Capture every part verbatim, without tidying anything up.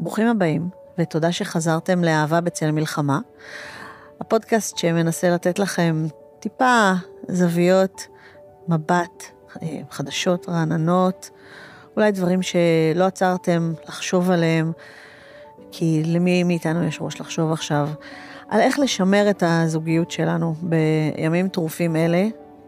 ברוכים הבאים, ותודה שחזרתם לאהבה בצל מלחמה. הפודקאסט שמנסה לתת לכם טיפה זוויות, מבט, חדשות, רעננות, אולי דברים שלא עצרתם לחשוב עליהם, כי למי מאיתנו יש ראש לחשוב עכשיו, על איך לשמר את הזוגיות שלנו בימים טרופים אלה.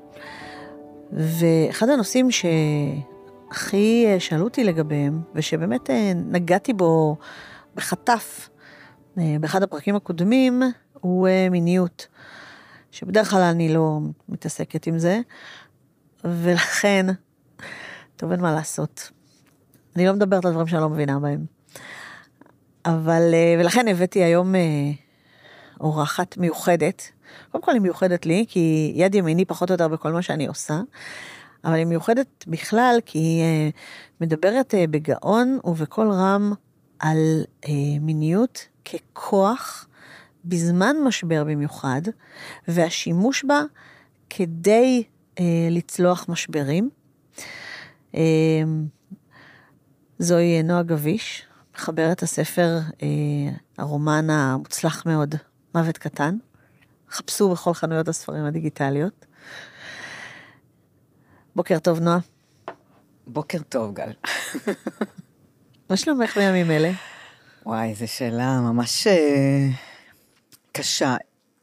ואחד הנושאים שהכי שאלו אותי לגביהם, ושבאמת נגעתי בו בחטף, באחד הפרקים הקודמים, הוא מיניות. שבדרך כלל אני לא מתעסקת עם זה, ולכן, טוב, אין מה לעשות. אני לא מדברת על דברים שאני לא מבינה בהם. אבל, ולכן הבאתי היום אורחת מיוחדת. קודם כל היא מיוחדת לי, כי יד ימיני פחות או יותר בכל מה שאני עושה, אבל היא מיוחדת בכלל, כי היא מדברת בגאון ובכל רם על מיניות ככוח, בזמן משבר במיוחד, והשימוש בה כדי לצלוח משברים. זוהי נועה גביש, מחברת הספר, הרומן המוצלח מאוד, מוות קטן. חפשו בכל חנויות הספרים הדיגיטליות. בוקר טוב, נועה. בוקר טוב, גל. מה שלומך בימים אלה? וואי, זו שאלה ממש uh, קשה.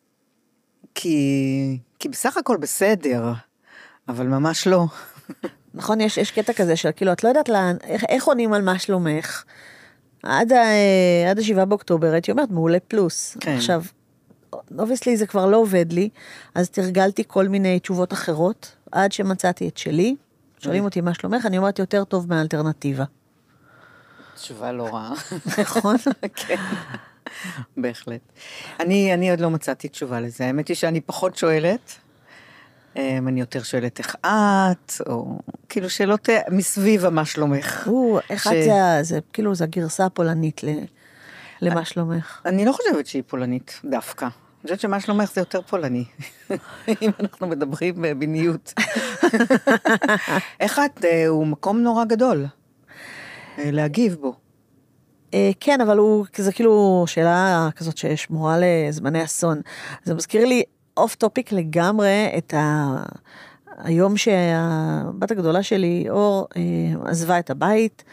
כי, כי בסך הכל בסדר, אבל ממש לא. נכון, יש, יש קטע כזה של כאילו, את לא יודעת לה, איך, איך עונים על מה שלומך. עד, ה, עד השבעה באוקטובר, הייתי אומרת, מעולה פלוס. כן. עכשיו, obviously זה כבר לא עובד לי, אז תרגלתי כל מיני תשובות אחרות, עד שמצאתי את שלי. שואלים אותי מה שלומך, אני אומרת יותר טוב מהאלטרנטיבה. תשובה לא רעה. נכון? כן, בהחלט. אני, אני עוד לא מצאתי תשובה לזה. האמת היא שאני פחות שואלת. אני יותר שואלת איך את, או כאילו שאלות מסביב מה שלומך. או, איך את זה, זה כאילו, זה הגרסה הפולנית למה שלומך. אני לא חושבת שהיא פולנית דווקא. אני חושבת שמה שלומך זה יותר פולני. אם אנחנו מדברים במיניות. איך את, הוא מקום נורא גדול. להגיב בו. כן, אבל הוא, זה כאילו שאלה כזאת ששמורה לזמני אסון. זה מזכיר לי אוף טופיק לגמרי את ה... היום שהבת הגדולה שלי, אור, עזבה את הבית,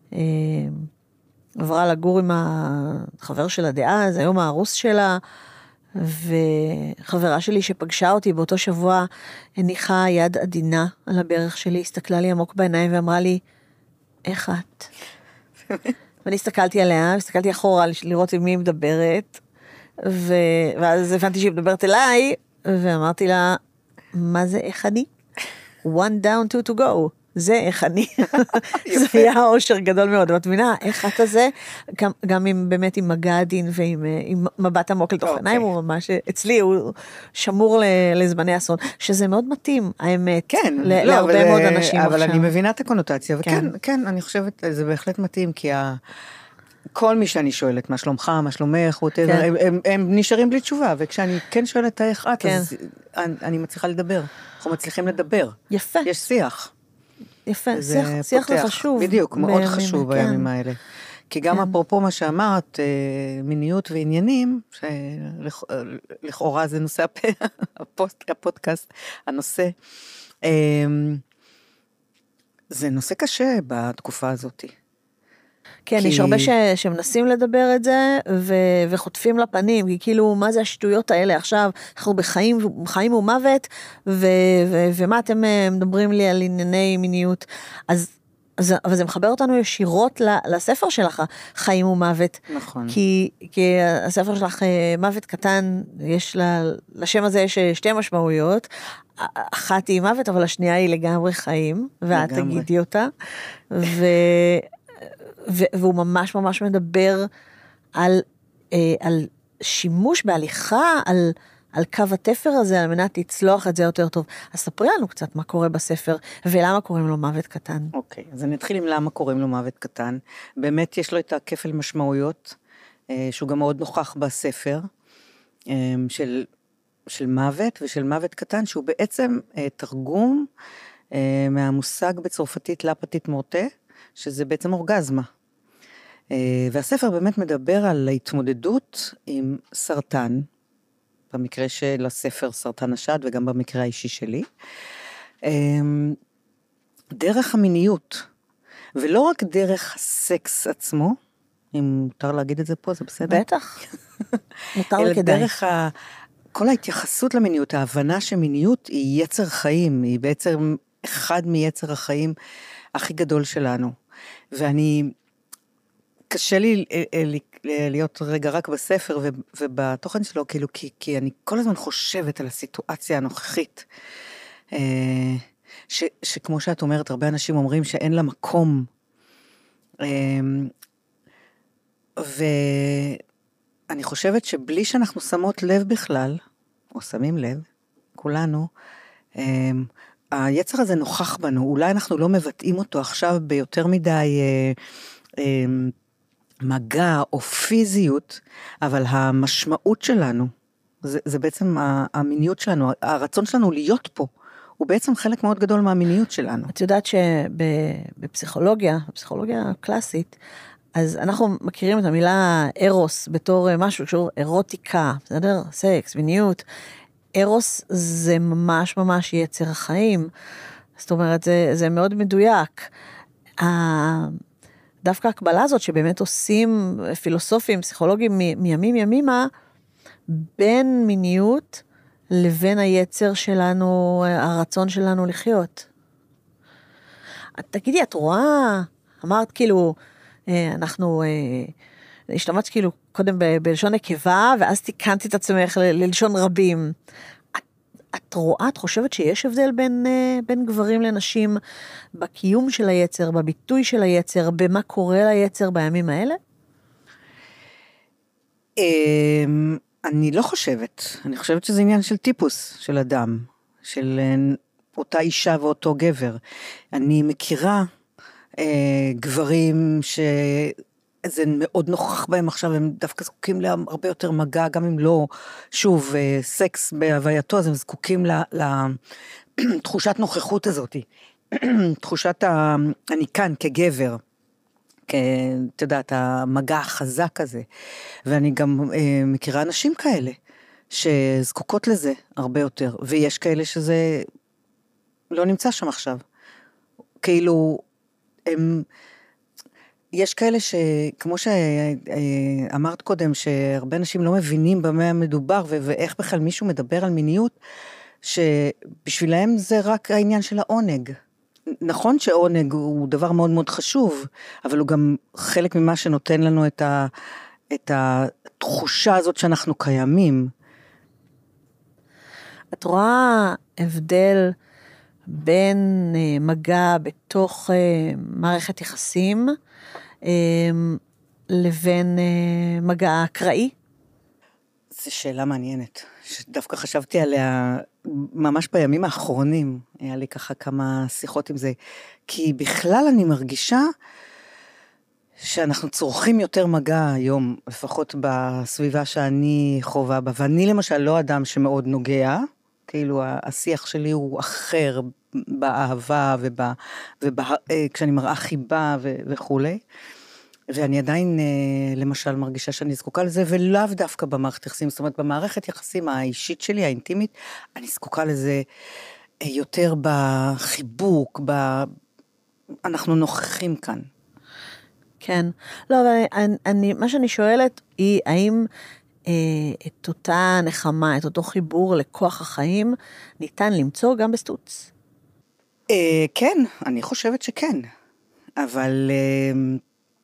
עברה לגור עם החבר שלה דאז, היום הארוס שלה, וחברה שלי שפגשה אותי באותו שבוע, הניחה יד עדינה על הברך שלי, הסתכלה לי עמוק בעיניים ואמרה לי, איך את? ואני הסתכלתי עליה, הסתכלתי אחורה לראות עם מי היא מדברת, ו... ואז הבנתי שהיא מדברת אליי, ואמרתי לה, מה זה איך אני? One down, two to go. זה איך אני. זה היה אושר גדול מאוד. ואת מבינה, איך את הזה, גם, גם עם, באמת עם מגע עדין ועם עם מבט עמוק לתוך עיניים, הוא ממש, אצלי הוא שמור לזמני אסון, שזה מאוד מתאים, האמת, כן, ל- לא, להרבה אבל, מאוד אנשים אבל עכשיו. אני מבינה את הקונוטציה, וכן, כן. כן, אני חושבת, זה בהחלט מתאים, כי ה... כל מי שאני שואלת, מה שלומך, מה שלומך, כן. הם, הם, הם נשארים בלי תשובה, וכשאני כן שואלת איך את, כן. אז אני, אני מצליחה לדבר. אנחנו מצליחים לדבר. יפה. יש שיח. יפה, שיח, שיח זה חשוב. בדיוק, מאוד חשוב כן. בימים האלה. כי גם כן. אפרופו מה שאמרת, מיניות ועניינים, שלכאורה זה נושא הפוסט, הפודקאסט, הנושא, זה נושא קשה בתקופה הזאת. כן, כי... יש הרבה ש... שמנסים לדבר את זה, ו... וחוטפים לפנים, כי כאילו, מה זה השטויות האלה עכשיו, אנחנו בחיים, בחיים ומוות, ו... ו... ומה אתם מדברים לי על ענייני מיניות, אז, אז... אבל זה מחבר אותנו ישירות לספר שלך, חיים ומוות. נכון. כי, כי הספר שלך, מוות קטן, יש לה... לשם הזה יש שתי משמעויות, אחת היא מוות, אבל השנייה היא לגמרי חיים, ואת לגמרי. תגידי אותה, ו... והוא ממש ממש מדבר על, על שימוש בהליכה, על, על קו התפר הזה, על מנת לצלוח את זה יותר טוב. אז ספרי לנו קצת מה קורה בספר, ולמה קוראים לו מוות קטן. אוקיי, אז אני אתחיל עם למה קוראים לו מוות קטן. באמת יש לו את הכפל משמעויות, שהוא גם מאוד נוכח בספר, של, של מוות ושל מוות קטן, שהוא בעצם תרגום מהמושג בצרפתית לה פטיט מורטה, שזה בעצם אורגזמה. והספר באמת מדבר על ההתמודדות עם סרטן, במקרה של הספר סרטן השד וגם במקרה האישי שלי, דרך המיניות, ולא רק דרך הסקס עצמו, אם מותר להגיד את זה פה, זה בסדר? בטח, מותר אלא וכדאי. דרך ה... כל ההתייחסות למיניות, ההבנה שמיניות היא יצר חיים, היא בעצם אחד מיצר החיים הכי גדול שלנו. ואני, קשה לי להיות רגע רק בספר ובתוכן שלו, כאילו, כי, כי אני כל הזמן חושבת על הסיטואציה הנוכחית, ש, שכמו שאת אומרת, הרבה אנשים אומרים שאין לה מקום, ואני חושבת שבלי שאנחנו שמות לב בכלל, או שמים לב, כולנו, היצר הזה נוכח בנו, אולי אנחנו לא מבטאים אותו עכשיו ביותר מדי מגע או פיזיות, אבל המשמעות שלנו, זה, זה בעצם המיניות שלנו, הרצון שלנו להיות פה, הוא בעצם חלק מאוד גדול מהמיניות שלנו. את יודעת שבפסיכולוגיה, בפסיכולוגיה הקלאסית, אז אנחנו מכירים את המילה ארוס בתור משהו שקשור אירוטיקה, בסדר? סקס, מיניות. ארוס זה ממש ממש יצר החיים. זאת אומרת, זה, זה מאוד מדויק. דווקא הקבלה הזאת שבאמת עושים פילוסופים, פסיכולוגים מימים ימימה, בין מיניות לבין היצר שלנו, הרצון שלנו לחיות. תגידי, את רואה, אמרת כאילו, אנחנו, השתמשת כאילו קודם בלשון נקבה, ואז תיקנתי את עצמך ללשון רבים. את, את רואה, את חושבת שיש הבדל בין, בין גברים לנשים, בקיום של היצר, בביטוי של היצר, במה קורה ליצר בימים האלה? אני לא חושבת. אני חושבת שזה עניין של טיפוס, של אדם, של אותה אישה ואותו גבר. אני מכירה גברים שזה מאוד נוכח בהם עכשיו, הם דווקא זקוקים להרבה יותר מגע, גם אם לא, שוב, סקס בהווייתו, אז הם זקוקים לתחושת נוכחות הזאת, תחושת ה... אני כאן כגבר, אתה יודעת, המגע החזק הזה, ואני גם מכירה אנשים כאלה, שזקוקות לזה הרבה יותר, ויש כאלה שזה לא נמצא שם עכשיו, כאילו, הם, יש כאלה שכמו שאמרת קודם, שהרבה אנשים לא מבינים במה המדובר, ואיך בכלל מישהו מדבר על מיניות, שבשבילהם זה רק העניין של העונג. נכון שעונג הוא דבר מאוד מאוד חשוב, אבל הוא גם חלק ממה שנותן לנו את, ה, את התחושה הזאת שאנחנו קיימים. את רואה הבדל בין מגע בתוך מערכת יחסים, לבין מגע אקראי? זו שאלה מעניינת, שדווקא חשבתי עליה ממש בימים האחרונים, היה לי ככה כמה שיחות עם זה, כי בכלל אני מרגישה שאנחנו צורכים יותר מגע היום, לפחות בסביבה שאני חובה בה, ואני למשל לא אדם שמאוד נוגע, כאילו השיח שלי הוא אחר באהבה, ובא, ובא, כשאני מראה חיבה ו, וכולי, ואני עדיין למשל מרגישה שאני זקוקה לזה, ולאו דווקא במערכת יחסים, זאת אומרת במערכת יחסים האישית שלי, האינטימית, אני זקוקה לזה יותר בחיבוק, ב... אנחנו נוכחים כאן. כן, לא, אבל אני, אני, מה שאני שואלת היא, האם אה, את אותה נחמה, את אותו חיבור לכוח החיים, ניתן למצוא גם בסטוץ? אה, כן, אני חושבת שכן, אבל אה,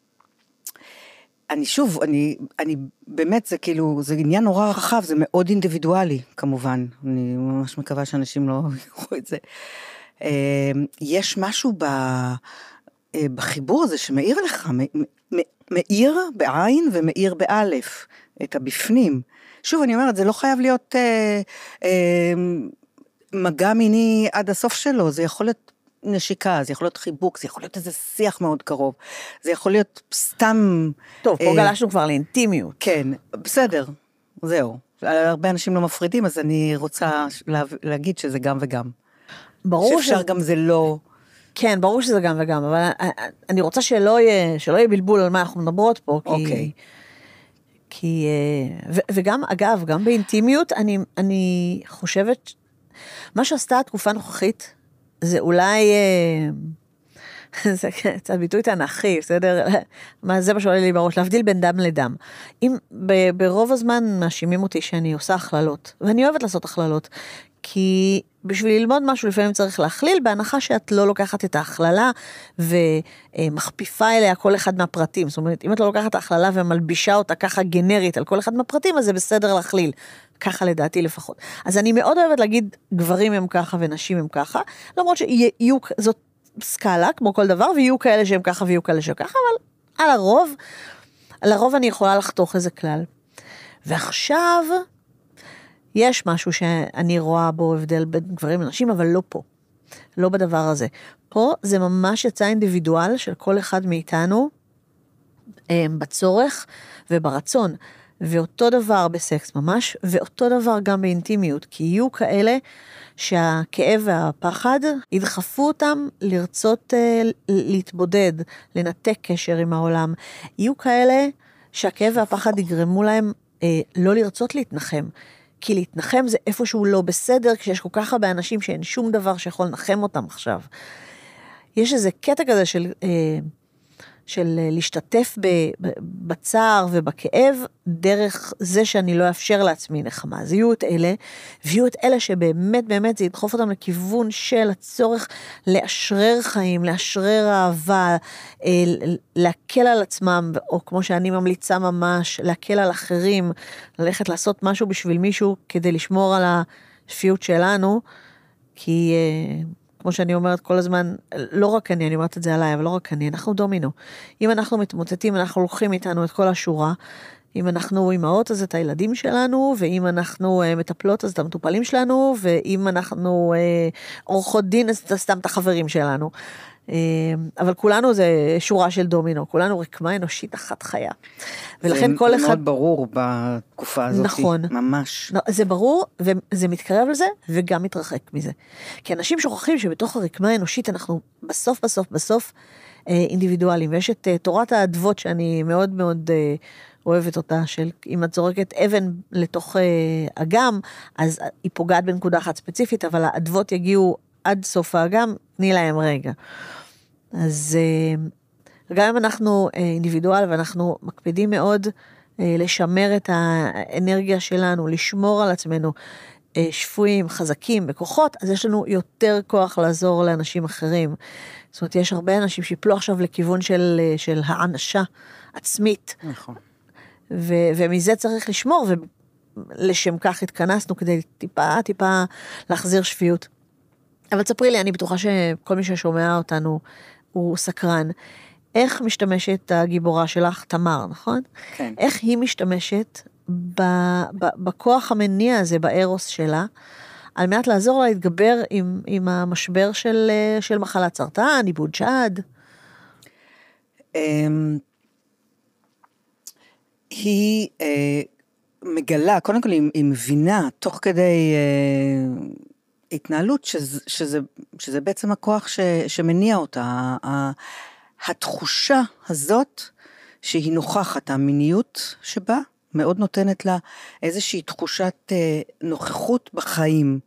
אני שוב, אני, אני באמת, זה כאילו, זה עניין נורא רחב, זה מאוד אינדיבידואלי, כמובן, אני ממש מקווה שאנשים לא יראו את זה. אה, יש משהו ב... בחיבור הזה שמאיר לך, מאיר בעין ומאיר באלף, את הבפנים. שוב, אני אומרת, זה לא חייב להיות אה, אה, מגע מיני עד הסוף שלו, זה יכול להיות נשיקה, זה יכול להיות חיבוק, זה יכול להיות איזה שיח מאוד קרוב, זה יכול להיות סתם... טוב, פה אה, גלשנו כבר לאינטימיות. כן, בסדר, זהו. הרבה אנשים לא מפרידים, אז אני רוצה לה, להגיד שזה גם וגם. ברור שאפשר ש... גם זה לא... כן, ברור שזה גם וגם, אבל אני רוצה שלא יהיה, שלא יהיה בלבול על מה אנחנו מדברות פה, כי... אוקיי. כי... ו, וגם, אגב, גם באינטימיות, אני, אני חושבת, מה שעשתה התקופה הנוכחית, זה אולי... זה קצת ביטוי תנכי, בסדר? מה זה מה שעולה לי בראש? להבדיל בין דם לדם. אם ברוב הזמן מאשימים אותי שאני עושה הכללות, ואני אוהבת לעשות הכללות, כי בשביל ללמוד משהו לפעמים צריך להכליל, בהנחה שאת לא לוקחת את ההכללה ומכפיפה אליה כל אחד מהפרטים. זאת אומרת, אם את לא לוקחת את ההכללה ומלבישה אותה ככה גנרית על כל אחד מהפרטים, אז זה בסדר להכליל. ככה לדעתי לפחות. אז אני מאוד אוהבת להגיד גברים הם ככה ונשים הם ככה, למרות שיהיו, זאת סקאלה, כמו כל דבר, ויהיו כאלה שהם ככה ויהיו כאלה שהם ככה, אבל על הרוב, על הרוב אני יכולה לחתוך איזה כלל. ועכשיו, יש משהו שאני רואה בו הבדל בין גברים לנשים, אבל לא פה. לא בדבר הזה. פה זה ממש יצא אינדיבידואל של כל אחד מאיתנו, בצורך וברצון. ואותו דבר בסקס ממש, ואותו דבר גם באינטימיות, כי יהיו כאלה שהכאב והפחד ידחפו אותם לרצות uh, להתבודד, לנתק קשר עם העולם. יהיו כאלה שהכאב והפחד יגרמו להם uh, לא לרצות להתנחם, כי להתנחם זה איפשהו לא בסדר, כשיש כל כך הרבה אנשים שאין שום דבר שיכול לנחם אותם עכשיו. יש איזה קטע כזה של... Uh, של להשתתף בצער ובכאב, דרך זה שאני לא אפשר לעצמי נחמה. אז יהיו את אלה, ויהיו את אלה שבאמת באמת זה ידחוף אותם לכיוון של הצורך לאשרר חיים, לאשרר אהבה, להקל על עצמם, או כמו שאני ממליצה ממש, להקל על אחרים, ללכת לעשות משהו בשביל מישהו, כדי לשמור על השפיות שלנו, כי... כמו שאני אומרת כל הזמן, לא רק אני, אני אומרת את זה עליי, אבל לא רק אני, אנחנו דומינו. אם אנחנו מתמוטטים, אנחנו לוקחים איתנו את כל השורה, אם אנחנו אימהות, אז את הילדים שלנו, ואם אנחנו uh, מטפלות, אז את המטופלים שלנו, ואם אנחנו uh, עורכות דין, אז סתם את החברים שלנו. Uh, אבל כולנו זה שורה של דומינו, כולנו רקמה אנושית אחת חיה. ולכן כל אחד... זה מאוד ברור בתקופה הזאת. נכון. ממש. זה ברור, וזה מתקרב לזה, וגם מתרחק מזה. כי אנשים שוכחים שבתוך הרקמה האנושית, אנחנו בסוף, בסוף, בסוף אינדיבידואלים. ויש את תורת האדוות, שאני מאוד מאוד אוהבת אותה, של אם את זורקת אבן לתוך אגם, אז היא פוגעת בנקודה אחת ספציפית, אבל האדוות יגיעו עד סוף האגם, תני להם רגע. אז גם אם אנחנו אינדיבידואל, ואנחנו מקפידים מאוד לשמר את האנרגיה שלנו, לשמור על עצמנו שפויים, חזקים, בכוחות, אז יש לנו יותר כוח לעזור לאנשים אחרים. זאת אומרת, יש הרבה אנשים שיפלו עכשיו לכיוון של, של האנשה עצמית. נכון. ו- ומזה צריך לשמור, ולשם כך התכנסנו כדי טיפה, טיפה להחזיר שפיות. אבל תספרי לי, אני בטוחה שכל מי ששומע אותנו הוא סקרן. איך משתמשת הגיבורה שלך, תמר, נכון? כן. איך היא משתמשת ב- ב- בכוח המניע הזה, בארוס שלה, על מנת לעזור לה להתגבר עם, עם המשבר של, של מחלת סרטן, עיבוד שד? היא מגלה, קודם כל היא מבינה, תוך כדי התנהלות, שזה, שזה, שזה בעצם הכוח ש, שמניע אותה. התחושה הזאת שהיא נוכחת, המיניות שבה, מאוד נותנת לה איזושהי תחושת נוכחות בחיים.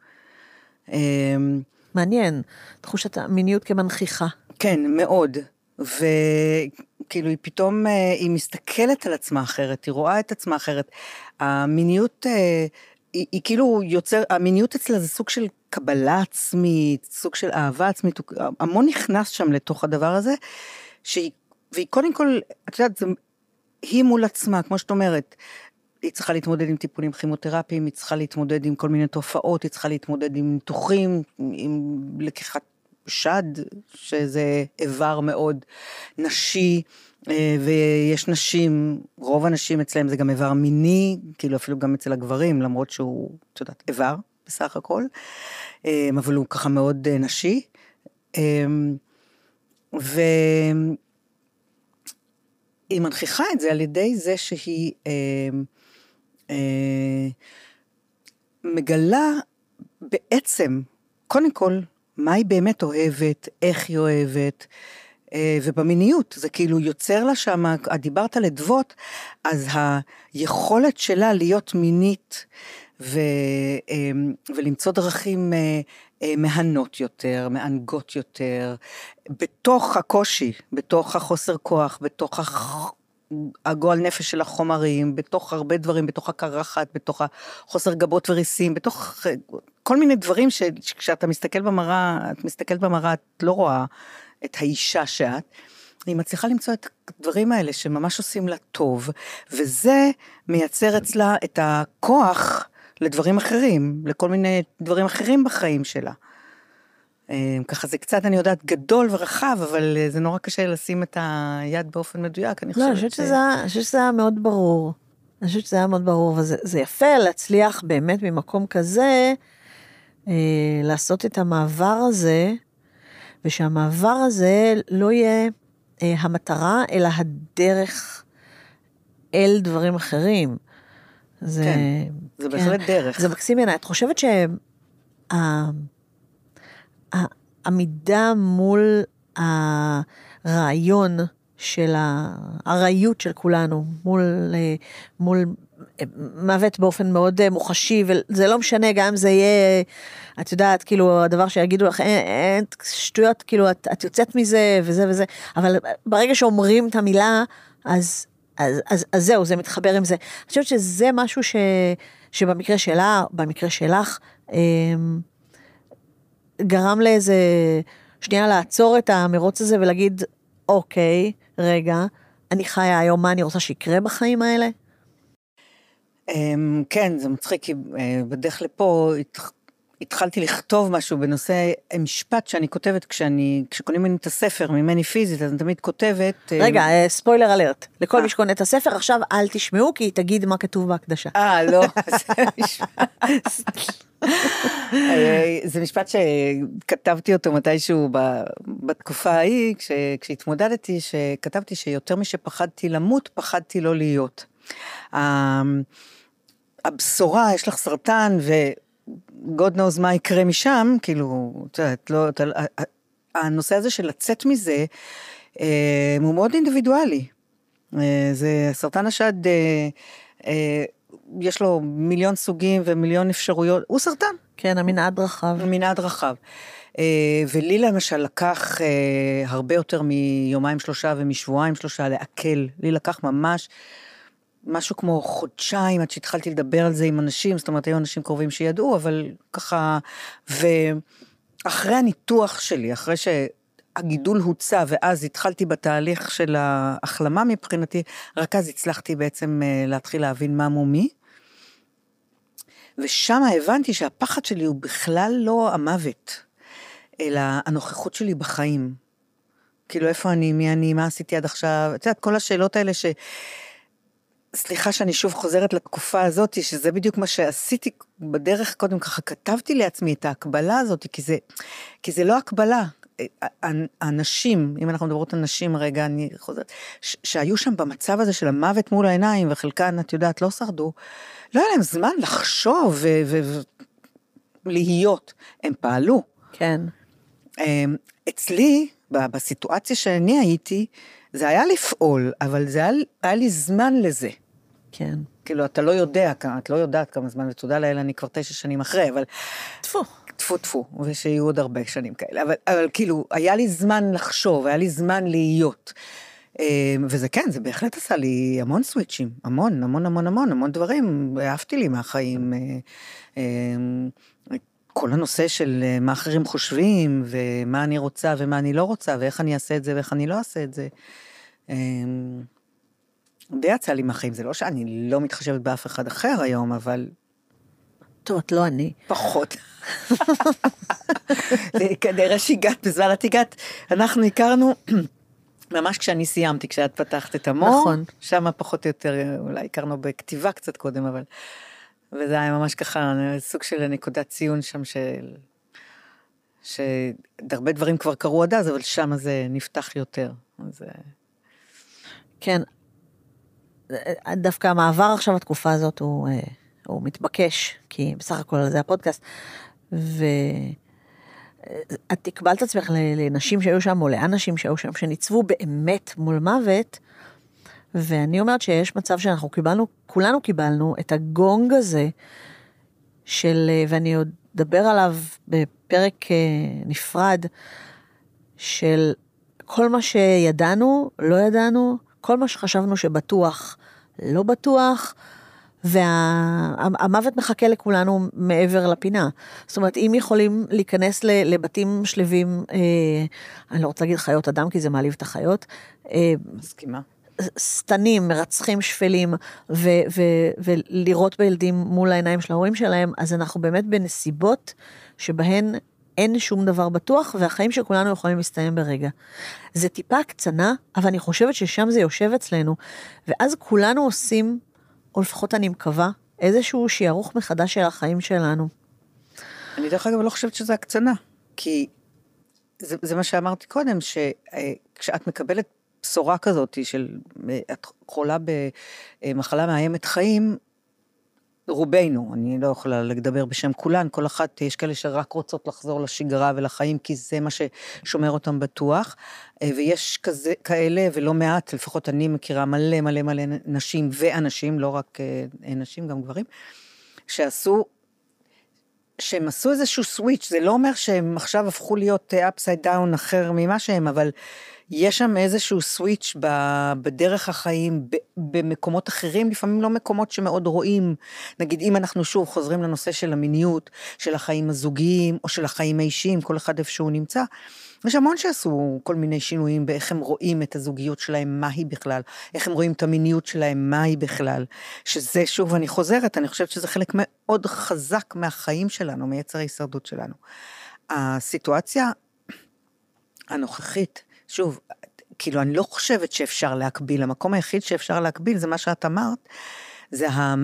מעניין, תחושת המיניות כמנכיחה. כן, מאוד. וכאילו היא פתאום, היא מסתכלת על עצמה אחרת, היא רואה את עצמה אחרת. המיניות, היא, היא כאילו יוצר, המיניות אצלה זה סוג של קבלה עצמית, סוג של אהבה עצמית, המון נכנס שם לתוך הדבר הזה, שהיא, והיא קודם כל, את יודעת, זה, היא מול עצמה, כמו שאת אומרת, היא צריכה להתמודד עם טיפולים כימותרפיים, היא צריכה להתמודד עם כל מיני תופעות, היא צריכה להתמודד עם ניתוחים, עם לקיחת שד, שזה איבר מאוד נשי, ויש נשים, רוב הנשים אצלהם זה גם איבר מיני, כאילו אפילו גם אצל הגברים, למרות שהוא, את יודעת, איבר בסך הכל, אבל הוא ככה מאוד נשי, והיא מנכיחה את זה על ידי זה שהיא מגלה בעצם, קודם כל, מה היא באמת אוהבת, איך היא אוהבת, ובמיניות, זה כאילו יוצר לה שם, דיברת על אדוות, אז היכולת שלה להיות מינית, ו, ולמצוא דרכים מהנות יותר, מענגות יותר, בתוך הקושי, בתוך החוסר כוח, בתוך הגועל נפש של החומרים, בתוך הרבה דברים, בתוך הקרחת, בתוך החוסר גבות וריסים, בתוך כל מיני דברים שכשאתה מסתכל במראה, את מסתכלת במראה, את לא רואה את האישה שאת, היא מצליחה למצוא את הדברים האלה שממש עושים לה טוב, וזה מייצר אצלה את הכוח לדברים אחרים, לכל מיני דברים אחרים בחיים שלה. ככה זה קצת, אני יודעת, גדול ורחב, אבל זה נורא קשה לשים את היד באופן מדויק. לא, אני חושבת שזה היה מאוד ברור. אני חושבת שזה היה מאוד ברור, וזה יפה להצליח באמת ממקום כזה, לעשות את המעבר הזה, ושהמעבר הזה לא יהיה המטרה, אלא הדרך אל דברים אחרים. זה, כן, זה כן, בהחלט דרך. זה מקסים בעיניי. את חושבת שהעמידה מול הרעיון של הרעיות של כולנו, מול, מול מוות באופן מאוד מוחשי, וזה לא משנה, גם אם זה יהיה, את יודעת, כאילו, הדבר שיגידו לך, אין, אין שטויות, כאילו, את, את יוצאת מזה, וזה וזה, אבל ברגע שאומרים את המילה, אז, אז, אז, אז זהו, זה מתחבר עם זה. אני חושבת שזה משהו ש, שבמקרה שלה, במקרה שלך, גרם לאיזה, שנייה לעצור את המרוץ הזה, ולהגיד, אוקיי, רגע, אני חיה היום, מה אני רוצה שיקרה בחיים האלה? כן, זה מצחיק, כי בדרך לפה התחלתי לכתוב משהו בנושא משפט שאני כותבת כשאני, כשקונים ממני את הספר, ממני פיזית, אז אני תמיד כותבת... רגע, ספוילר אלרט, לכל מי שקונה את הספר, עכשיו אל תשמעו, כי תגיד מה כתוב בהקדשה. אה, לא, זה משפט... זה משפט שכתבתי אותו מתישהו בתקופה ההיא, כשהתמודדתי, שכתבתי שיותר משפחדתי למות, פחדתי לא להיות. הבשורה, יש לך סרטן, ו-God knows מה יקרה משם, כאילו, את לא, הנושא הזה של לצאת מזה, הוא מאוד אינדיבידואלי. זה סרטן השד, יש לו מיליון סוגים ומיליון אפשרויות, הוא סרטן. כן, המנעד רחב. המנעד רחב. ולי למשל לקח הרבה יותר מיומיים שלושה ומשבועיים שלושה לעכל, לי לקח ממש משהו כמו חודשיים, עד שהתחלתי לדבר על זה עם אנשים, זאת אומרת, היו אנשים קרובים שידעו, אבל ככה, ואחרי הניתוח שלי, אחרי שהגידול הוצא, ואז התחלתי בתהליך של ההחלמה מבחינתי, רק אז הצלחתי בעצם להתחיל להבין מה מומי, ושם הבנתי שהפחד שלי הוא בכלל לא המוות, אלא הנוכחות שלי בחיים. כאילו, איפה אני, מי אני, מה עשיתי עד עכשיו, את יודעת, כל השאלות האלה ש... סליחה שאני שוב חוזרת לתקופה הזאת, שזה בדיוק מה שעשיתי בדרך, קודם ככה כתבתי לעצמי את ההקבלה הזאת, כי זה, כי זה לא הקבלה. האנשים, אם אנחנו מדברות על נשים רגע, אני חוזרת, שהיו שם במצב הזה של המוות מול העיניים, וחלקן, את יודעת, לא שרדו, לא היה להם זמן לחשוב ולהיות. הם פעלו. כן. אצלי, בסיטואציה שאני הייתי, זה היה לפעול, אבל זה היה, היה לי זמן לזה. כן. כאילו, אתה לא יודע, את לא יודעת כמה זמן, ותודה לאל, אני כבר תשע שנים אחרי, אבל... תפו. תפו, תפו, ושיהיו עוד הרבה שנים כאלה. אבל, אבל כאילו, היה לי זמן לחשוב, היה לי זמן להיות. וזה כן, זה בהחלט עשה לי המון סוויצ'ים, המון, המון, המון, המון, המון דברים, אהבתי לי מהחיים. כל הנושא של מה אחרים חושבים, ומה אני רוצה ומה אני לא רוצה, ואיך אני אעשה את זה ואיך אני לא אעשה את זה. די יצא לי מהחיים, זה לא שאני לא מתחשבת באף אחד אחר היום, אבל... טוב, את לא אני. פחות. כנראה שהגעת, בזמן את הגעת, אנחנו הכרנו, ממש כשאני סיימתי, כשאת פתחת את המור, נכון. שם פחות או יותר, אולי הכרנו בכתיבה קצת קודם, אבל... וזה היה ממש ככה, סוג של נקודת ציון שם של... שהרבה דברים כבר קרו עד אז, אבל שם זה נפתח יותר. אז... כן. דווקא המעבר עכשיו התקופה הזאת הוא, הוא מתבקש, כי בסך הכל זה הפודקאסט. את תקבלת עצמך לנשים שהיו שם, או לאנשים שהיו שם, שניצבו באמת מול מוות, ואני אומרת שיש מצב שאנחנו קיבלנו, כולנו קיבלנו את הגונג הזה, של, ואני עוד אדבר עליו בפרק נפרד, של כל מה שידענו, לא ידענו, כל מה שחשבנו שבטוח, לא בטוח, והמוות מחכה לכולנו מעבר לפינה. זאת אומרת, אם יכולים להיכנס לבתים שלווים, אני לא רוצה להגיד חיות אדם, כי זה מעליב את החיות. מסכימה. סתנים, מרצחים שפלים, ו- ו- ולראות בילדים מול העיניים של ההורים שלהם, אז אנחנו באמת בנסיבות שבהן אין שום דבר בטוח, והחיים של כולנו יכולים להסתיים ברגע. זה טיפה קצנה, אבל אני חושבת ששם זה יושב אצלנו, ואז כולנו עושים, או לפחות אני מקווה, איזשהו שיערוך מחדש של החיים שלנו. אני דרך אגב לא חושבת שזה הקצנה, כי זה, זה מה שאמרתי קודם, שכשאת מקבלת בשורה כזאת של, את חולה במחלה מאיימת חיים, רובנו, אני לא יכולה לדבר בשם כולן, כל אחת, יש כאלה שרק רוצות לחזור לשגרה ולחיים, כי זה מה ששומר אותם בטוח, ויש כזה, כאלה ולא מעט, לפחות אני מכירה מלא מלא מלא נשים ואנשים, לא רק נשים, גם גברים, שעשו, שהם עשו איזשהו סוויץ', זה לא אומר שהם עכשיו הפכו להיות upside down אחר ממה שהם, אבל יש שם איזשהו סוויץ' בדרך החיים, במקומות אחרים, לפעמים לא מקומות שמאוד רואים, נגיד אם אנחנו שוב חוזרים לנושא של המיניות, של החיים הזוגיים, או של החיים האישיים, כל אחד איפה שהוא נמצא, יש המון שעשו כל מיני שינויים, באיך הם רואים את הזוגיות שלהם, מה היא בכלל, איך הם רואים את המיניות שלהם, מה היא בכלל, שזה שוב אני חוזרת, אני חושבת שזה חלק מאוד חזק מהחיים שלנו, מייצר ההישרדות שלנו. הסיטואציה הנוכחית, שוב, כאילו אני לא חושבת שאפשר להקביל, המקום היחיד שאפשר להקביל, זה מה שאת אמרת, זה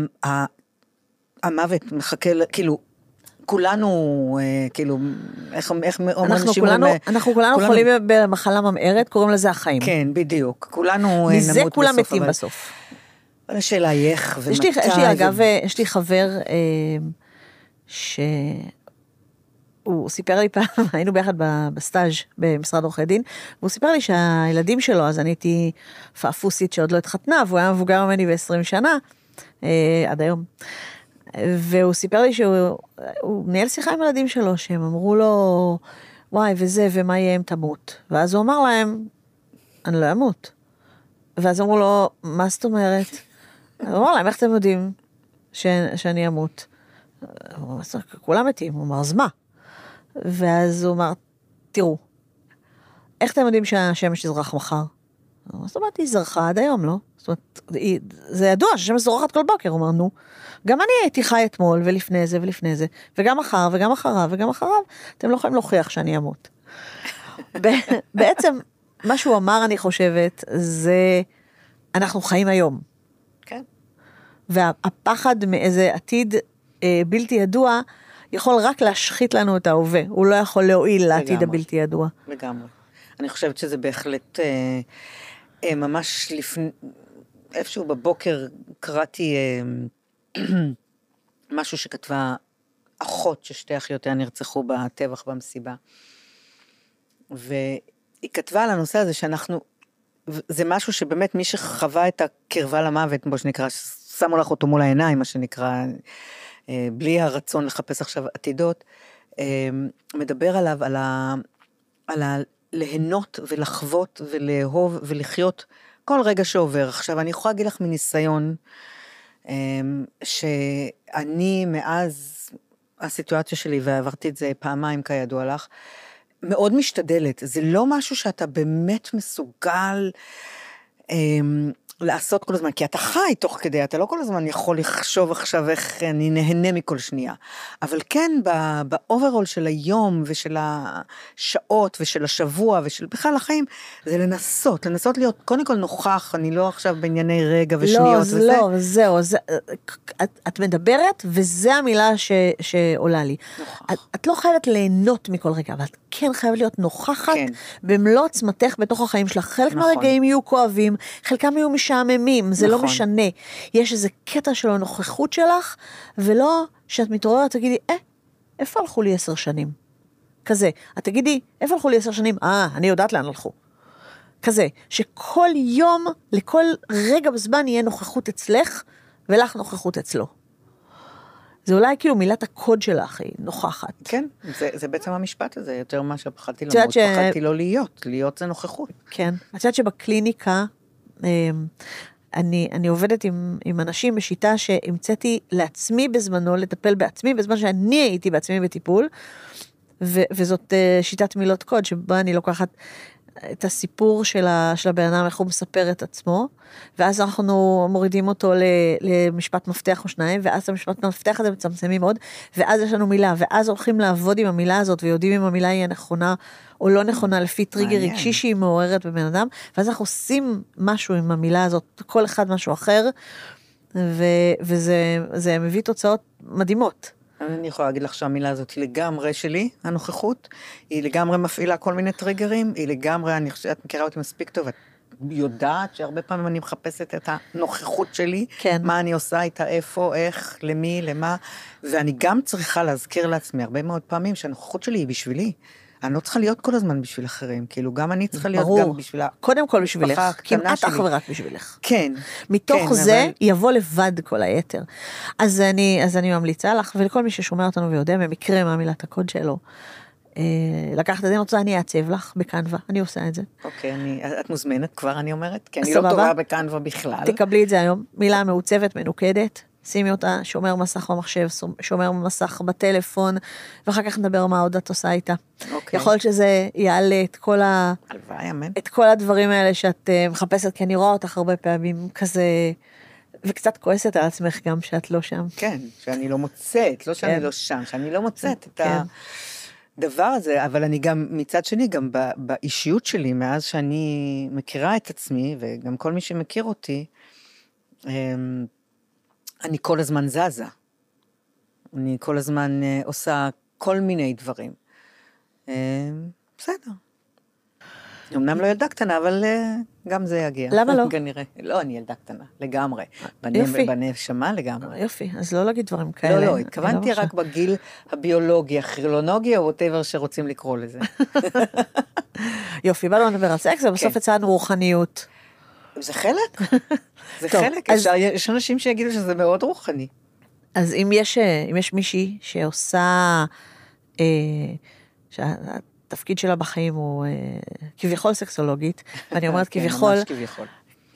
המוות מחכה, כאילו, כולנו, כאילו, איך אומרים אנשים? אנחנו כולנו חולים במחלה ממארת, קוראים לזה החיים. כן, בדיוק, כולנו נמות בסוף. מזה כולם מתים בסוף. אבל השאלה היא איך ומתי. יש לי, אגב, יש לי חבר, ש... הוא סיפר לי פעם, היינו ביחד בסטאז' במשרד עורכי דין, והוא סיפר לי שהילדים שלו, אז אני הייתי פאפוסית שעוד לא התחתנה, והוא היה מבוגר ממני ב-עשרים שנה, עד היום. והוא סיפר לי שהוא ניהל שיחה עם ילדים שלו, שהם אמרו לו, וואי, וזה, ומה יהיה אם תמות? ואז הוא אמר להם, אני לא אמות. ואז אמרו לו, מה זאת אומרת? הוא אמר להם, איך אתם יודעים שאני אמות? כולם מתים, הוא אמר, אז מה? ואז הוא אמר, תראו, איך אתם יודעים שהשמש תזרח מחר? זאת אומרת, היא זרחה עד היום, לא? זאת אומרת, זה ידוע שהשמש זורחת כל בוקר, הוא אמר, נו, גם אני הייתי חי אתמול, ולפני זה, ולפני זה, וגם מחר, וגם אחריו, וגם אחריו, אתם לא יכולים להוכיח שאני אמות. בעצם, מה שהוא אמר, אני חושבת, זה, אנחנו חיים היום. כן. והפחד מאיזה עתיד בלתי ידוע, יכול רק להשחית לנו את ההווה, הוא לא יכול להועיל לעתיד הבלתי ידוע. לגמרי. אני חושבת שזה בהחלט, אה, אה, ממש לפני, איפשהו בבוקר קראתי אה, משהו שכתבה אחות ששתי אחיותיה נרצחו בטבח במסיבה. והיא כתבה על הנושא הזה שאנחנו, זה משהו שבאמת מי שחווה את הקרבה למוות, בו שנקרא, שמו לך אותו מול העיניים, מה שנקרא, בלי הרצון לחפש עכשיו עתידות, מדבר עליו, על ה... על ה... ליהנות ולחוות ולאהוב ולחיות כל רגע שעובר. עכשיו, אני יכולה להגיד לך מניסיון, שאני מאז הסיטואציה שלי, ועברתי את זה פעמיים כידוע לך, מאוד משתדלת. זה לא משהו שאתה באמת מסוגל לעשות כל הזמן, כי אתה חי תוך כדי, אתה לא כל הזמן יכול לחשוב עכשיו איך אני נהנה מכל שנייה. אבל כן, באוברול של היום ושל השעות ושל השבוע ושל בכלל החיים, זה לנסות, לנסות להיות קודם כל נוכח, אני לא עכשיו בענייני רגע ושניות לא, וזה. לא, זהו, זה, את, את מדברת וזה המילה ש, שעולה לי. נוכח. את, את לא חייבת ליהנות מכל רגע, אבל את כן חייבת להיות נוכחת כן. במלוא עצמתך בתוך החיים שלך. חלק נכון. מהרגעים יהיו כואבים, חלקם יהיו משעממים, זה נכון. לא משנה. יש איזה קטע של הנוכחות שלך, ולא שאת מתעוררת, תגידי, אה, איפה הלכו לי עשר שנים? כזה. את תגידי, איפה הלכו לי עשר שנים? אה, אני יודעת לאן הלכו. כזה, שכל יום, לכל רגע בזמן יהיה נוכחות אצלך, ולך נוכחות אצלו. זה אולי כאילו מילת הקוד שלך היא נוכחת. כן, זה, זה בעצם המשפט הזה, יותר מה שפחדתי למות, ש... פחדתי לא להיות, להיות זה נוכחות. כן, את יודעת שבקליניקה, אני, אני עובדת עם, עם אנשים בשיטה שהמצאתי לעצמי בזמנו, לטפל בעצמי, בזמן שאני הייתי בעצמי בטיפול, ו, וזאת שיטת מילות קוד, שבה אני לוקחת את הסיפור של, ה, של הבן אדם, איך הוא מספר את עצמו, ואז אנחנו מורידים אותו ל, למשפט מפתח או שניים, ואז המשפט מפתח הזה מצמצמים עוד, ואז יש לנו מילה, ואז הולכים לעבוד עם המילה הזאת, ויודעים אם המילה היא נכונה או לא נכונה, לפי טריגר רגשי שהיא מעוררת בבן אדם, ואז אנחנו עושים משהו עם המילה הזאת, כל אחד משהו אחר, ו, וזה זה מביא תוצאות מדהימות. אני יכולה להגיד לך שהמילה הזאת היא לגמרי שלי, הנוכחות, היא לגמרי מפעילה כל מיני טריגרים, היא לגמרי, אני חושבת, את מכירה אותי מספיק טוב, את יודעת שהרבה פעמים אני מחפשת את הנוכחות שלי, כן. מה אני עושה איתה, איפה, איך, למי, למה, ואני גם צריכה להזכיר לעצמי הרבה מאוד פעמים שהנוכחות שלי היא בשבילי, אני לא צריכה להיות כל הזמן בשביל אחרים, כאילו גם אני צריכה להיות ברור. גם בשביל קודם כל בשבילך, כמעט אך ורק בשבילך. כן. מתוך כן, זה אבל... יבוא לבד כל היתר. אז אני, אז אני ממליצה לך, ולכל מי ששומע אותנו ויודע, במקרה מה מילת הקוד שלו, אה, לקחת את זה, אני רוצה, אני אעצב לך בקנווה, אני עושה את זה. אוקיי, אני, את מוזמנת כבר, אני אומרת, כי אני סבבה. לא טובה בקנווה בכלל. תקבלי את זה היום, מילה מעוצבת, מנוקדת, שימי אותה, שומר מסך במחשב, שומר מסך בטלפון, ואחר כך נדבר מה עוד את עושה איתה. אוקיי. יכול להיות שזה יעלה את כל ה... הלוואי, אמן. את כל הדברים האלה שאת uh, מחפשת, כי אני רואה אותך הרבה פעמים כזה, וקצת כועסת על עצמך גם שאת לא שם. כן, שאני לא מוצאת, לא שאני כן. לא שם, שאני לא מוצאת את כן. הדבר הזה, אבל אני גם, מצד שני, גם באישיות שלי, מאז שאני מכירה את עצמי, וגם כל מי שמכיר אותי, אני כל הזמן זזה. אני כל הזמן עושה כל מיני דברים. בסדר. אמנם לא ילדה קטנה, אבל גם זה יגיע. למה לא? כנראה. לא, אני ילדה קטנה, לגמרי. יופי. בנשמה לגמרי. יופי, אז לא להגיד דברים כאלה. לא, לא, התכוונתי רק בגיל הביולוגי, הכרילונוגי, או whatever שרוצים לקרוא לזה. יופי, בא לא נדבר על סקס, ובסוף הצענו רוחניות. זה חלק. זה חלק. יש אנשים שיגידו שזה מאוד רוחני. אז אם יש, אם יש מישהי שעושה, שהתפקיד שלה בחיים הוא כביכול סקסולוגית, ואני אומרת כביכול, ממש כביכול.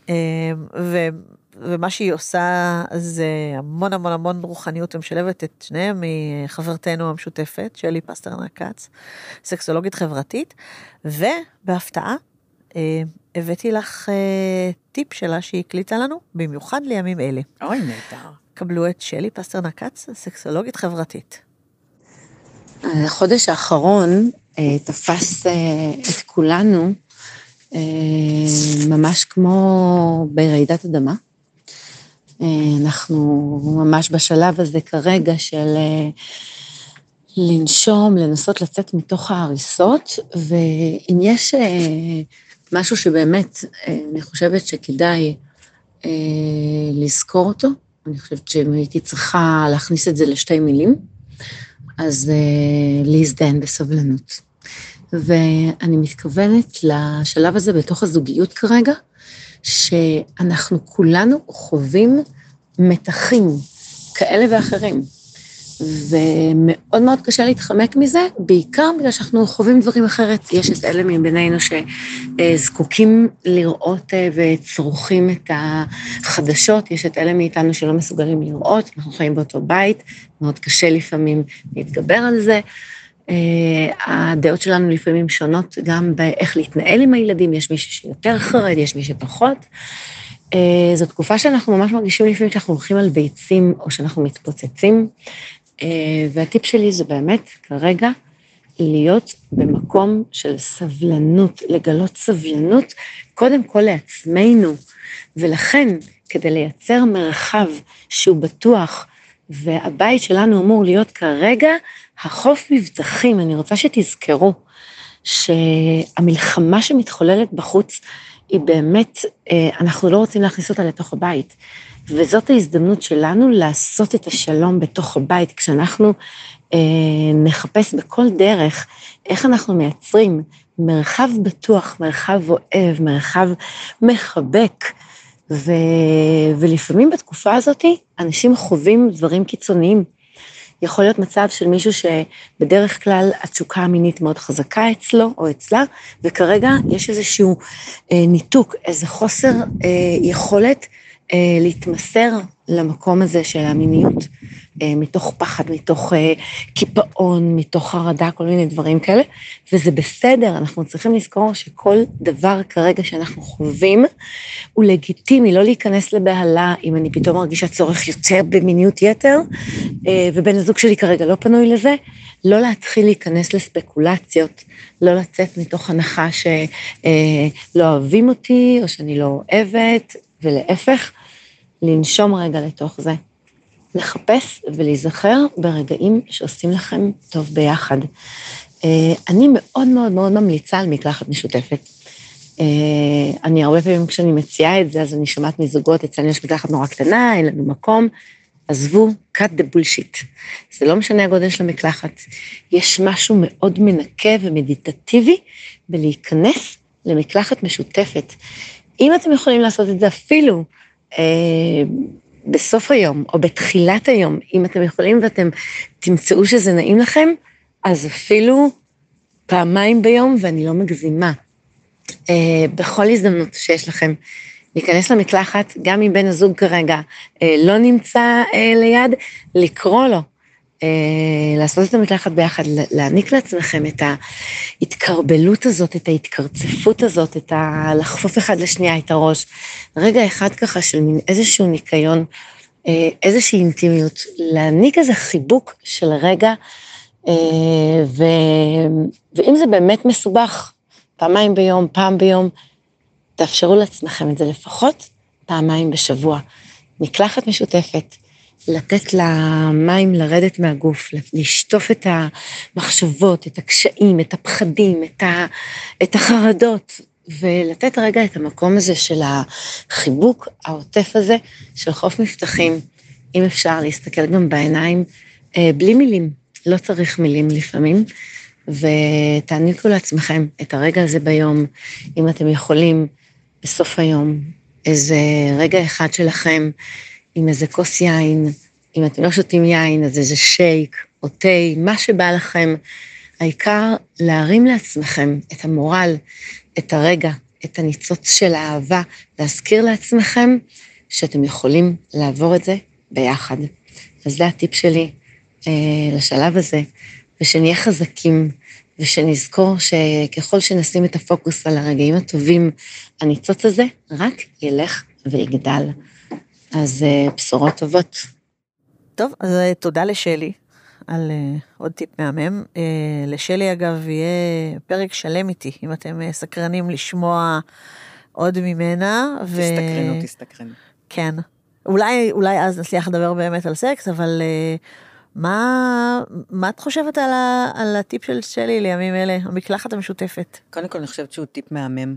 ומה שהיא עושה זה המון המון המון רוחניות, ומשלבת את שניהם מחברתנו המשותפת, שלי פסטרנק כץ, סקסולוגית חברתית, ובהפתעה, הבאתי לך טיפ שלה שהיא הקליטה לנו, במיוחד לימים אלה. אוי, נהדר. קבלו את שלי פסטרנק כץ, סקסולוגית חברתית. החודש האחרון תפס את כולנו, ממש כמו ברעידת אדמה. אנחנו ממש בשלב הזה כרגע של לנשום, לנסות לצאת מתוך ההריסות, ואם יש משהו שבאמת אני חושבת שכדאי לזכור אותו, אני חושבת שהייתי צריכה להכניס את זה לשתי מילים, אז להזדהן בסבלנות. ואני מתכוונת לשלב הזה בתוך הזוגיות כרגע, שאנחנו כולנו חווים מתחים כאלה ואחרים, ומאוד מאוד קשה להתחמק מזה, בעיקר בגלל שאנחנו חווים דברים אחרת. יש את אלה מבינינו שזקוקים לראות וצורכים את החדשות, יש את אלה מאיתנו שלא מסוגלים לראות, אנחנו חיים באותו בית, מאוד קשה לפעמים להתגבר על זה, הדעות שלנו לפעמים שונות גם באיך להתנהל עם הילדים, יש מישהו שיותר חרד, יש מישהו פחות, זו תקופה שאנחנו ממש מרגישים לפעמים שאנחנו הולכים על ביצים או שאנחנו מתפוצצים, והטיפ שלי זה באמת כרגע להיות במקום של סבלנות, לגלות סבלנות, קודם כל לעצמנו, ולכן כדי לייצר מרחב שהוא בטוח, והבית שלנו אמור להיות כרגע החוף מבטחים. אני רוצה שתזכרו שהמלחמה שמתחוללת בחוץ היא באמת, אנחנו לא רוצים להכניס אותה לתוך הבית, וזאת ההזדמנות שלנו לעשות את השלום בתוך הבית, כשאנחנו נחפש בכל דרך איך אנחנו מייצרים מרחב בטוח, מרחב אוהב, מרחב מחבק, ו... ולפעמים בתקופה הזאת אנשים חווים דברים קיצוניים. יכול להיות מצב של מישהו שבדרך כלל התשוקה המינית מאוד חזקה אצלו או אצלה, וכרגע יש איזשהו אה, ניתוק, איזה חוסר אה, יכולת אה, להתמסר למקום הזה של המיניות, אה, מתוך פחד, מתוך אה, קיפאון, מתוך חרדה, כל מיני דברים כאלה, וזה בסדר, אנחנו צריכים לזכור שכל דבר כרגע שאנחנו חווים, הוא לגיטימי, לא להיכנס לבהלה, אם אני פתאום מרגישה צורך יותר במיניות יתר, ובן הזוג שלי כרגע לא פנוי לזה, לא להתחיל להיכנס לספקולציות, לא לצאת מתוך הנחה שלא אוהבים אותי, או שאני לא אוהבת, ולהפך, לנשום רגע לתוך זה. לחפש ולהיזכר ברגעים שעושים לכם טוב ביחד. אני מאוד מאוד מאוד ממליצה על מקלחת משותפת. אני הרבה פעמים כשאני מציעה את זה, אז אני שומעת מזוגות, אצלנו יש מקלחת נורא קטנה, אין לנו מקום, עזבו, cut the bullshit. זה לא משנה הגודל של המקלחת. יש משהו מאוד מנקה ומדיטטיבי בלהיכנס למקלחת משותפת. אם אתם יכולים לעשות את זה אפילו אה, בסוף היום או בתחילת היום, אם אתם יכולים ואתם תמצאו שזה נעים לכם, אז אפילו פעמיים ביום, ואני לא מגזימה. אה, בכל הזדמנות שיש לכם, להיכנס למקלחת, גם אם בן הזוג כרגע אה, לא נמצא אה, ליד, לקרוא לו, אה, לעשות את המקלחת ביחד, להעניק לעצמכם את ההתקרבלות הזאת, את ההתקרצפות הזאת, את ה... לחפוף אחד לשנייה את הראש, רגע אחד ככה של מין איזשהו ניקיון, אה, איזושהי אינטימיות, להעניק איזה חיבוק של רגע, אה, ו... ואם זה באמת מסובך, פעמיים ביום, פעם ביום, תאפשרו לעצמכם את זה לפחות פעמיים בשבוע. מקלחת משותפת, לתת למים לרדת מהגוף, לשטוף את המחשבות, את הקשיים, את הפחדים, את, ה, את החרדות, ולתת רגע את המקום הזה של החיבוק העוטף הזה, של חוף מבטחים, אם אפשר להסתכל גם בעיניים, בלי מילים, לא צריך מילים לפעמים, ותעניקו לעצמכם את הרגע הזה ביום, אם אתם יכולים, בסוף היום, איזה רגע אחד שלכם, עם איזה כוס יין, אם אתם לא שותים יין, אז איזה שייק או תה, מה שבא לכם, העיקר להרים לעצמכם את המורל, את הרגע, את הניצוץ של האהבה, להזכיר לעצמכם שאתם יכולים לעבור את זה ביחד. אז זה הטיפ שלי אה, לשלב הזה, ושנהיה חזקים, ושנזכור שככל שנשים את הפוקוס על הרגעים הטובים, הניצוץ הזה רק ילך ויגדל. אז בשורות טובות. טוב, אז תודה לשלי על עוד טיפ מהמם. לשלי אגב יהיה פרק שלם איתי, אם אתם סקרנים לשמוע עוד ממנה. תסתקרנו, ו... תסתקרנו. כן. אולי, אולי אז נצליח לדבר באמת על סקס, אבל... מה, מה את חושבת על, ה, על הטיפ של שלי לימים אלה, המקלחת המשותפת? קודם כל אני חושבת שהוא טיפ מהמם.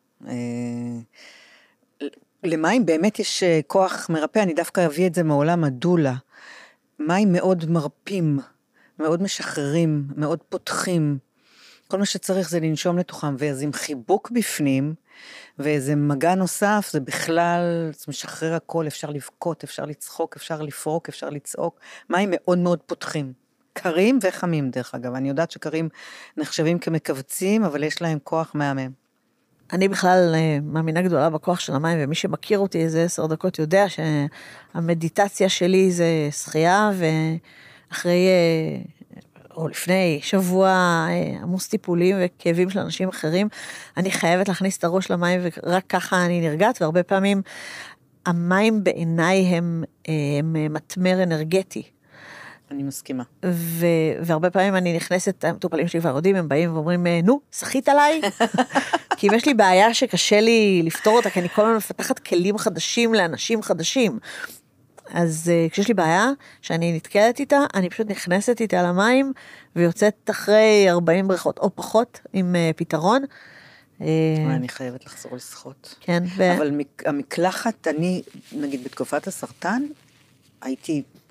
למים באמת יש כוח מרפא, אני דווקא אביא את זה מעולם הדולה. מים מאוד מרפים, מאוד משחררים, מאוד פותחים. כל מה שצריך זה לנשום לתוכם, ואז עם חיבוק בפנים, ואיזה מגע נוסף, זה בכלל, זה משחרר הכל, אפשר לבכות, אפשר לצחוק, אפשר לפרוק, אפשר לצעוק, מים מאוד מאוד פותחים, קרים וחמים דרך אגב, אני יודעת שקרים נחשבים כמקבצים, אבל יש להם כוח מהמם. אני בכלל מאמינה גדולה בכוח של המים, ומי שמכיר אותי איזה עשר דקות יודע שהמדיטציה שלי זה שחייה, ואחרי... או לפני שבוע עמוס טיפולים וכאבים של אנשים אחרים, אני חייבת להכניס את הראש למים, ורק ככה אני נרגעת, והרבה פעמים המים בעיניי הם, הם מתמר אנרגטי. אני מסכימה. ו, והרבה פעמים אני נכנסת, המטופלים שלי כבר יודעים, הם באים ואומרים, נו, שחית עליי? כי אם יש לי בעיה שקשה לי לפתור אותה, כי אני כל הזמן מפתחת כלים חדשים לאנשים חדשים, אז uh, כשיש לי בעיה שאני נתקלת איתה, אני פשוט נכנסת איתה למים, ויוצאת אחרי ארבעים בריכות או פחות עם uh, פתרון. אני חייבת לחזור לשחות. כן. ו... אבל המקלחת, אני, נגיד בתקופת הסרטן, הייתי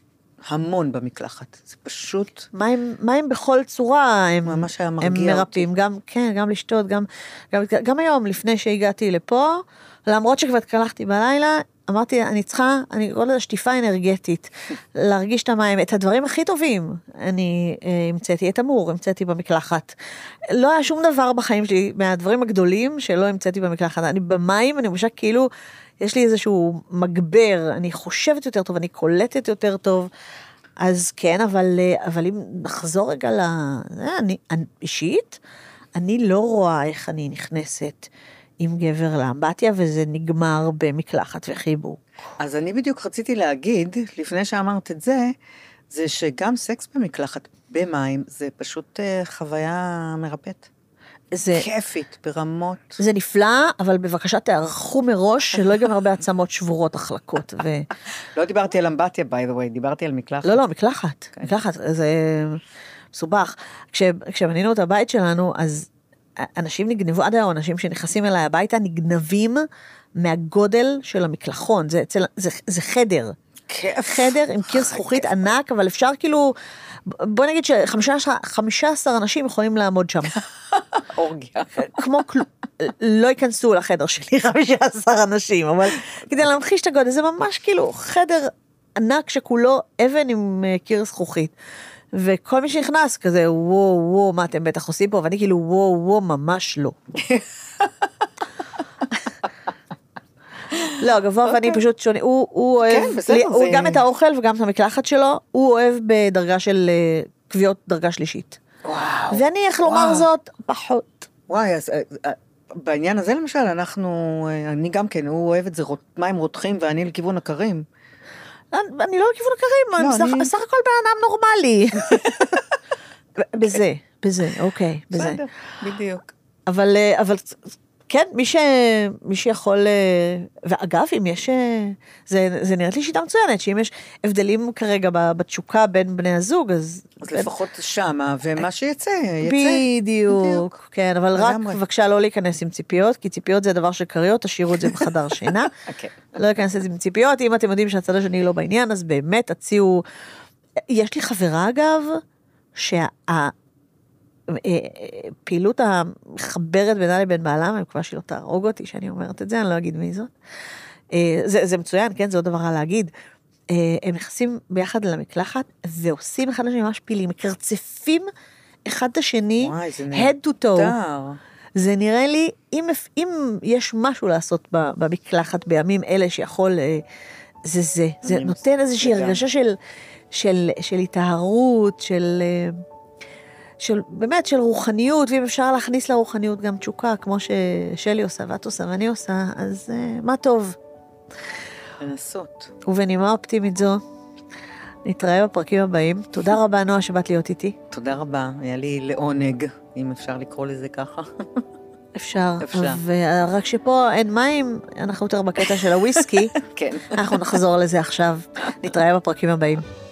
המון במקלחת. זה פשוט... מים, מים בכל צורה הם, ממש היה הם מרגיע מרפאים. אותי. גם, כן, גם לשתות, גם, גם, גם היום, לפני שהגעתי לפה, למרות שכבר התקלחתי בלילה, אמרתי, אני צריכה, אני קוראת לזה שטיפה אנרגטית, להרגיש את המים, את הדברים הכי טובים. אני אה, המצאתי את אמור, המצאתי במקלחת. לא היה שום דבר בחיים שלי, מהדברים הגדולים שלא המצאתי במקלחת. אני במים, אני חושבת כאילו, יש לי איזשהו מגבר, אני חושבת יותר טוב, אני קולטת יותר טוב, אז כן, אבל, אבל אם נחזור רגע ל... אני, אני, אישית, אני לא רואה איך אני נכנסת עם גבר לאמבטיה, וזה נגמר במקלחת וחיבור. אז אני בדיוק רציתי להגיד, לפני שאמרת את זה, זה שגם סקס במקלחת במים, זה פשוט חוויה מרפאת. זה כיפית, ברמות. זה נפלא, אבל בבקשה תערכו מראש, שלא יגמר בעצמות שבורות, החלקות. ו... לא דיברתי על אמבטיה, by the way, דיברתי על מקלחת. לא, לא, מקלחת. Okay. מקלחת, זה מסובך. כש, כשבנינו את הבית שלנו, אז אנשים נגנבו, עד היום, אנשים שנכנסים אליי הביתה, נגנבים מהגודל של המקלחון. זה, זה, זה, זה חדר. כיף. חדר עם קיר זכוכית ענק, אבל אפשר כאילו, בוא נגיד ש-חמישה עשר אנשים יכולים לעמוד שם. אורגיה. כמו כלום, לא ייכנסו לחדר שלי חמישה עשר אנשים, אבל כדי להמחיש את הגודל, זה ממש כאילו חדר ענק שכולו אבן עם קיר זכוכית. וכל מי שנכנס כזה, וואו, וואו, מה אתם בטח עושים פה? ואני כאילו, וואו, וואו, ממש לא. לא, גבוה ואני פשוט שונה, הוא אוהב, הוא גם את האוכל וגם את המקלחת שלו, הוא אוהב בדרגה של קביעות דרגה שלישית. וואו. ואני, איך לומר זאת, פחות. וואי, אז בעניין הזה למשל, אנחנו, אני גם כן, הוא אוהב את זה מים רותחים ואני לכיוון הקרים. אני לא לכיוון הקרים, בסך הכל בן אדם נורמלי. בזה, בזה, אוקיי, בזה. בסדר, בדיוק. אבל, אבל, כן, מי ש, מי שיכול, ואגב, אם יש, זה, זה נראית לי שיטה מצוינת, שאם יש הבדלים כרגע בתשוקה בין בני הזוג, אז... אז לפחות שמה, ומה שיצא, יצא. בדיוק, בדיוק. כן, אבל רק בבקשה לא להיכנס עם ציפיות, כי ציפיות זה דבר של קריות, תשאירו את זה בחדר שינה. okay. לא להיכנס עם ציפיות, אם אתם יודעים שהצד השני לא בעניין, אז באמת תציעו... יש לי חברה אגב, שה... פעילות המחברת בינה לבין בעלה, אני מקווה שהיא לא תהרוג אותי שאני אומרת את זה, אני לא אגיד מי זאת. זה, זה מצוין, כן, זה עוד דבר רע להגיד. הם נכנסים ביחד למקלחת, ועושים אחד לשני ממש פילים, מקרצפים אחד את השני, head to toe. זה נראה לי, אם, אם יש משהו לעשות במקלחת בימים אלה שיכול, זה זה, זה נותן איזושהי הרגשה של, של, של התאהרות, של... של, באמת, של רוחניות, ואם אפשר להכניס לרוחניות גם תשוקה, כמו ששלי עושה, ואת עושה, ואני עושה, אז uh, מה טוב. לנסות. ובנימה אופטימית זו, נתראה בפרקים הבאים. תודה רבה, נועה, שבאת להיות איתי. תודה רבה, היה לי לעונג, אם אפשר לקרוא לזה ככה. אפשר. אפשר. ורק שפה אין מים, אנחנו יותר בקטע של הוויסקי. כן. אנחנו נחזור לזה עכשיו. נתראה בפרקים הבאים.